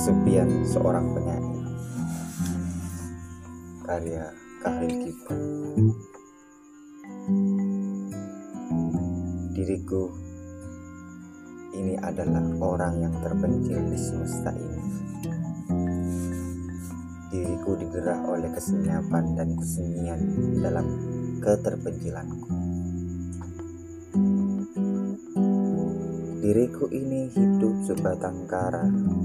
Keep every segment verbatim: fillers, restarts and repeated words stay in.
Kesepian Seorang Penyair, karya Khalil Gibran. Diriku ini adalah orang yang terpencil di semesta ini. Diriku diderah oleh kesenyapan dan kesunyian dalam keterpencilanku. Diriku ini hidup sebatang kara,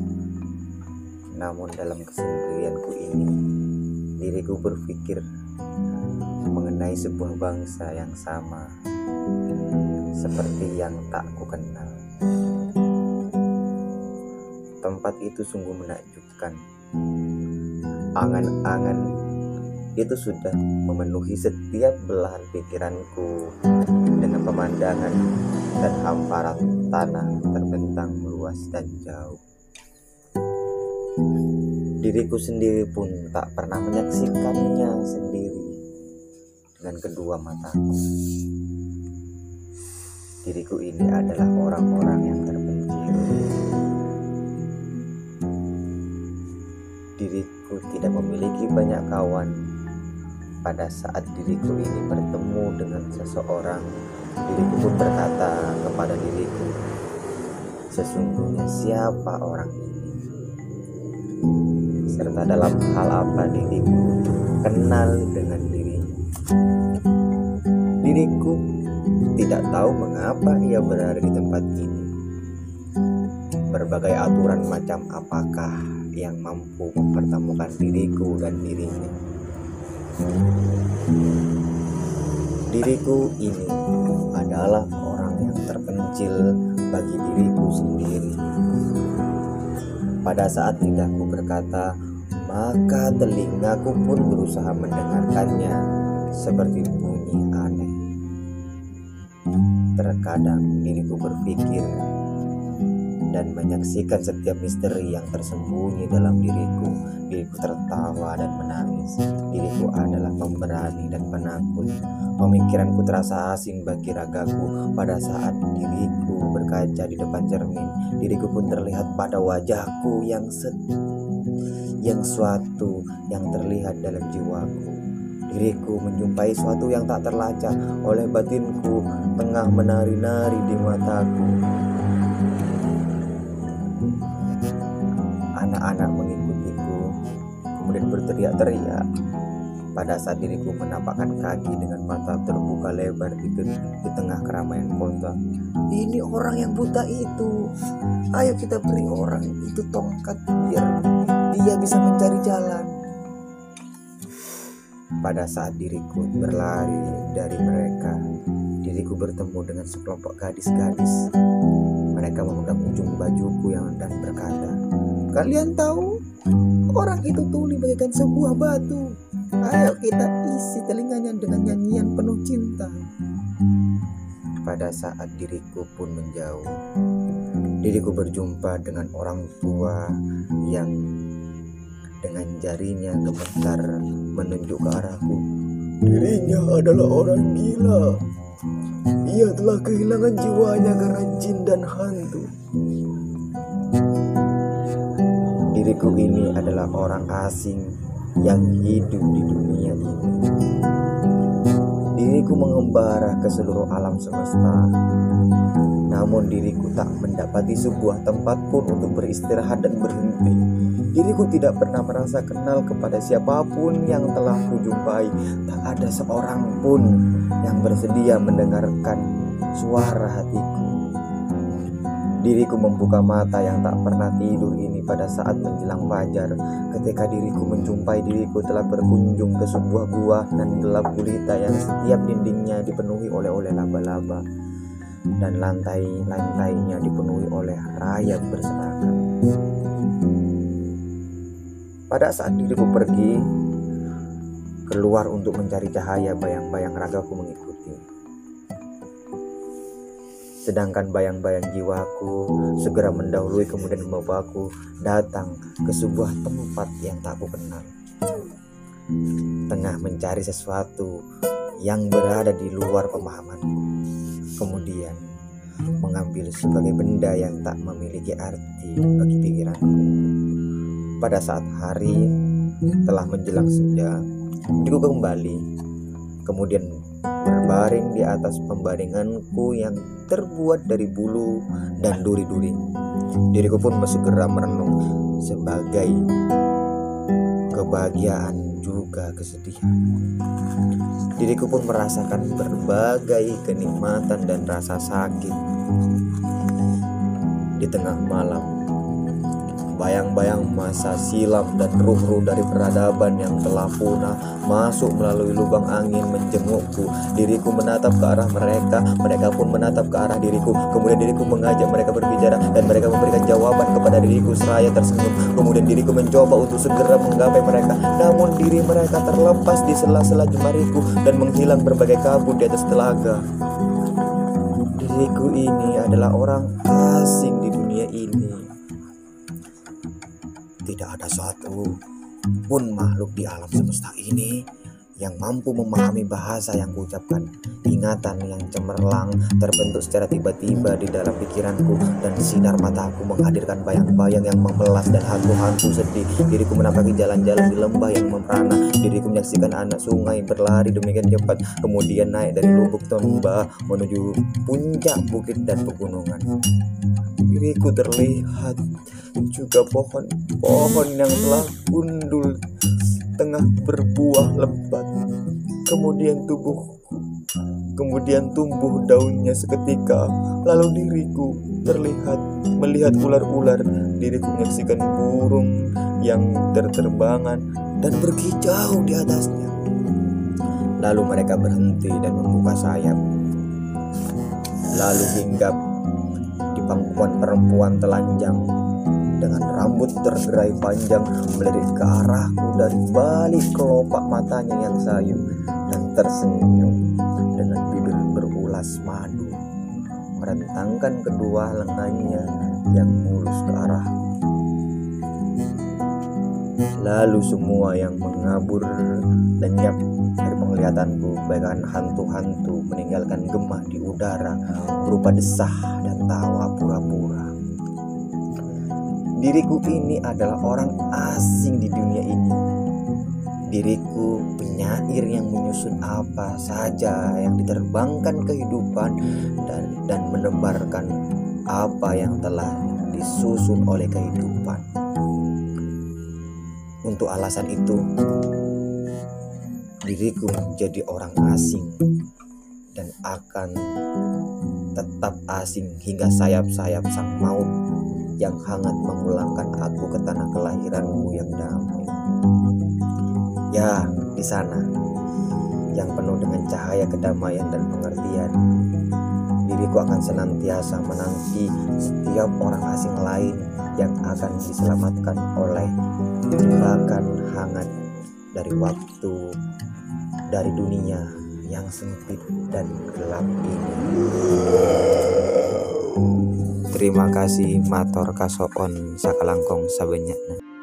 namun dalam kesendirianku ini, diriku berpikir mengenai sebuah bangsa yang sama seperti yang tak kukenal. Tempat itu sungguh menakjubkan. Angan-angan itu sudah memenuhi setiap belahan pikiranku dengan pemandangan dan hamparan tanah terbentang luas dan jauh. Diriku sendiri pun tak pernah menyaksikannya sendiri dengan kedua mataku. Diriku ini adalah orang-orang yang terpencil. Diriku tidak memiliki banyak kawan. Pada saat diriku ini bertemu dengan seseorang, diriku pun berkata kepada diriku, sesungguhnya siapa orang ini? Serta dalam hal apa diriku kenal dengan dirinya. Diriku tidak tahu mengapa ia berada di tempat ini. Berbagai aturan macam apakah yang mampu mempertemukan diriku dan dirinya. Diriku ini adalah orang yang terpencil bagi diriku sendiri. Pada saat lidahku berkata, maka telingaku pun berusaha mendengarkannya seperti bunyi aneh. Terkadang diriku berpikir dan menyaksikan setiap misteri yang tersembunyi dalam diriku. Diriku tertawa dan menangis. Diriku adalah pemberani dan penakut. Pemikiranku terasa asing bagi ragaku. Pada saat diriku berkaca di depan cermin, diriku pun terlihat pada wajahku yang set, yang suatu yang terlihat dalam jiwaku. Diriku menjumpai suatu yang tak terlacak oleh batinku tengah menari-nari di mataku. Anak-anak mengikutiku, kemudian berteriak-teriak. Pada saat diriku menapakkan kaki dengan mata terbuka lebar di, di tengah keramaian kota. Ini orang yang buta itu. Ayo kita beri orang itu tongkat biar dia bisa mencari jalan. Pada saat diriku berlari dari mereka, diriku bertemu dengan sekelompok gadis-gadis. Mereka memegang ujung bajuku yang dan berkata, kalian tahu, orang itu tuli bagaikan sebuah batu. Ayo kita isi telinganya dengan nyanyian penuh cinta. Pada saat diriku pun menjauh, diriku berjumpa dengan orang tua yang dengan jarinya gemetar menunjuk ke arahku. Dirinya adalah orang gila. Ia telah kehilangan jiwanya karena jin dan hantu. Diriku ini adalah orang asing yang hidup di dunia ini. Diriku mengembara ke seluruh alam semesta. Namun diriku tak mendapati sebuah tempat pun untuk beristirahat dan berhenti. Diriku tidak pernah merasa kenal kepada siapapun yang telah kujumpai. Tak ada seorang pun yang bersedia mendengarkan suara hatiku. Diriku membuka mata yang tak pernah tidur ini pada saat menjelang fajar, ketika diriku menjumpai diriku telah berkunjung ke sebuah gua dan gelap gulita yang setiap dindingnya dipenuhi oleh-oleh laba-laba dan lantai-lantainya dipenuhi oleh rayap berserakan. Pada saat diriku pergi keluar untuk mencari cahaya, bayang-bayang ragaku mengikuti. Sedangkan bayang-bayang jiwaku segera mendahului kemudian membawaku datang ke sebuah tempat yang tak aku kenal. Tengah mencari sesuatu yang berada di luar pemahamanku. Kemudian mengambil sebagai benda yang tak memiliki arti bagi pikiranku. Pada saat hari telah menjelang senja, diriku kembali, kemudian berbaring di atas pembaringanku yang terbuat dari bulu dan duri-duri. Diriku pun segera merenung sebagai kebahagiaan juga kesedihan. Diriku pun merasakan berbagai kenikmatan dan rasa sakit. Di tengah malam, bayang-bayang masa silam dan ruh-ruh dari peradaban yang telah punah masuk melalui lubang angin menjengukku. Diriku menatap ke arah mereka, mereka pun menatap ke arah diriku. Kemudian diriku mengajak mereka berbicara dan mereka memberikan jawaban kepada diriku seraya tersenyum. Kemudian diriku mencoba untuk segera menggapai mereka, namun diri mereka terlepas di sela-sela jemariku dan menghilang berbagai kabut di atas telaga. Diriku ini adalah orang asing di dunia ini. Tidak ada satu pun makhluk di alam semesta ini yang mampu memahami bahasa yang kuucapkan. Ingatan yang cemerlang terbentuk secara tiba-tiba di dalam pikiranku, dan sinar mataku menghadirkan bayang-bayang yang memelas dan hantu-hantu sedih. Diriku menapaki jalan-jalan di lembah yang memperana. Diriku menyaksikan anak sungai berlari demikian cepat, kemudian naik dari lubuk lembah menuju puncak bukit dan pegunungan. Diriku terlihat juga pohon-pohon yang telah gundul tengah berbuah lebat. Kemudian tubuhku Kemudian tumbuh daunnya seketika. Lalu diriku terlihat melihat ular-ular. Diriku menyaksikan burung yang terterbangan dan berkicau di atasnya. Lalu mereka berhenti dan membuka sayap. Lalu hinggap di pangkuan perempuan telanjang dengan rambut tergerai panjang melirik ke arahku dari balik kelopak matanya yang sayu, dan tersenyum dengan bibir berulas madu, merentangkan kedua lengannya yang mulus ke arahku. Lalu semua yang mengabur lenyap dari penglihatanku, bagaikan hantu-hantu meninggalkan gemah di udara berupa desah dan tawa pura-pura. Diriku ini adalah orang asing di dunia ini. Diriku penyair yang menyusun apa saja yang diterbangkan kehidupan dan, dan menebarkan apa yang telah disusun oleh kehidupan. Untuk alasan itu, diriku menjadi orang asing dan akan tetap asing hingga sayap-sayap sang maut yang hangat memulangkan aku ke tanah kelahiranku yang damai. Ya, di sana yang penuh dengan cahaya kedamaian dan pengertian, diriku akan senantiasa menanti setiap orang asing lain yang akan diselamatkan oleh jebakan hangat dari waktu, dari dunia yang sempit dan gelap ini. Terima kasih, matur kasoon sakalangkong sabenyana.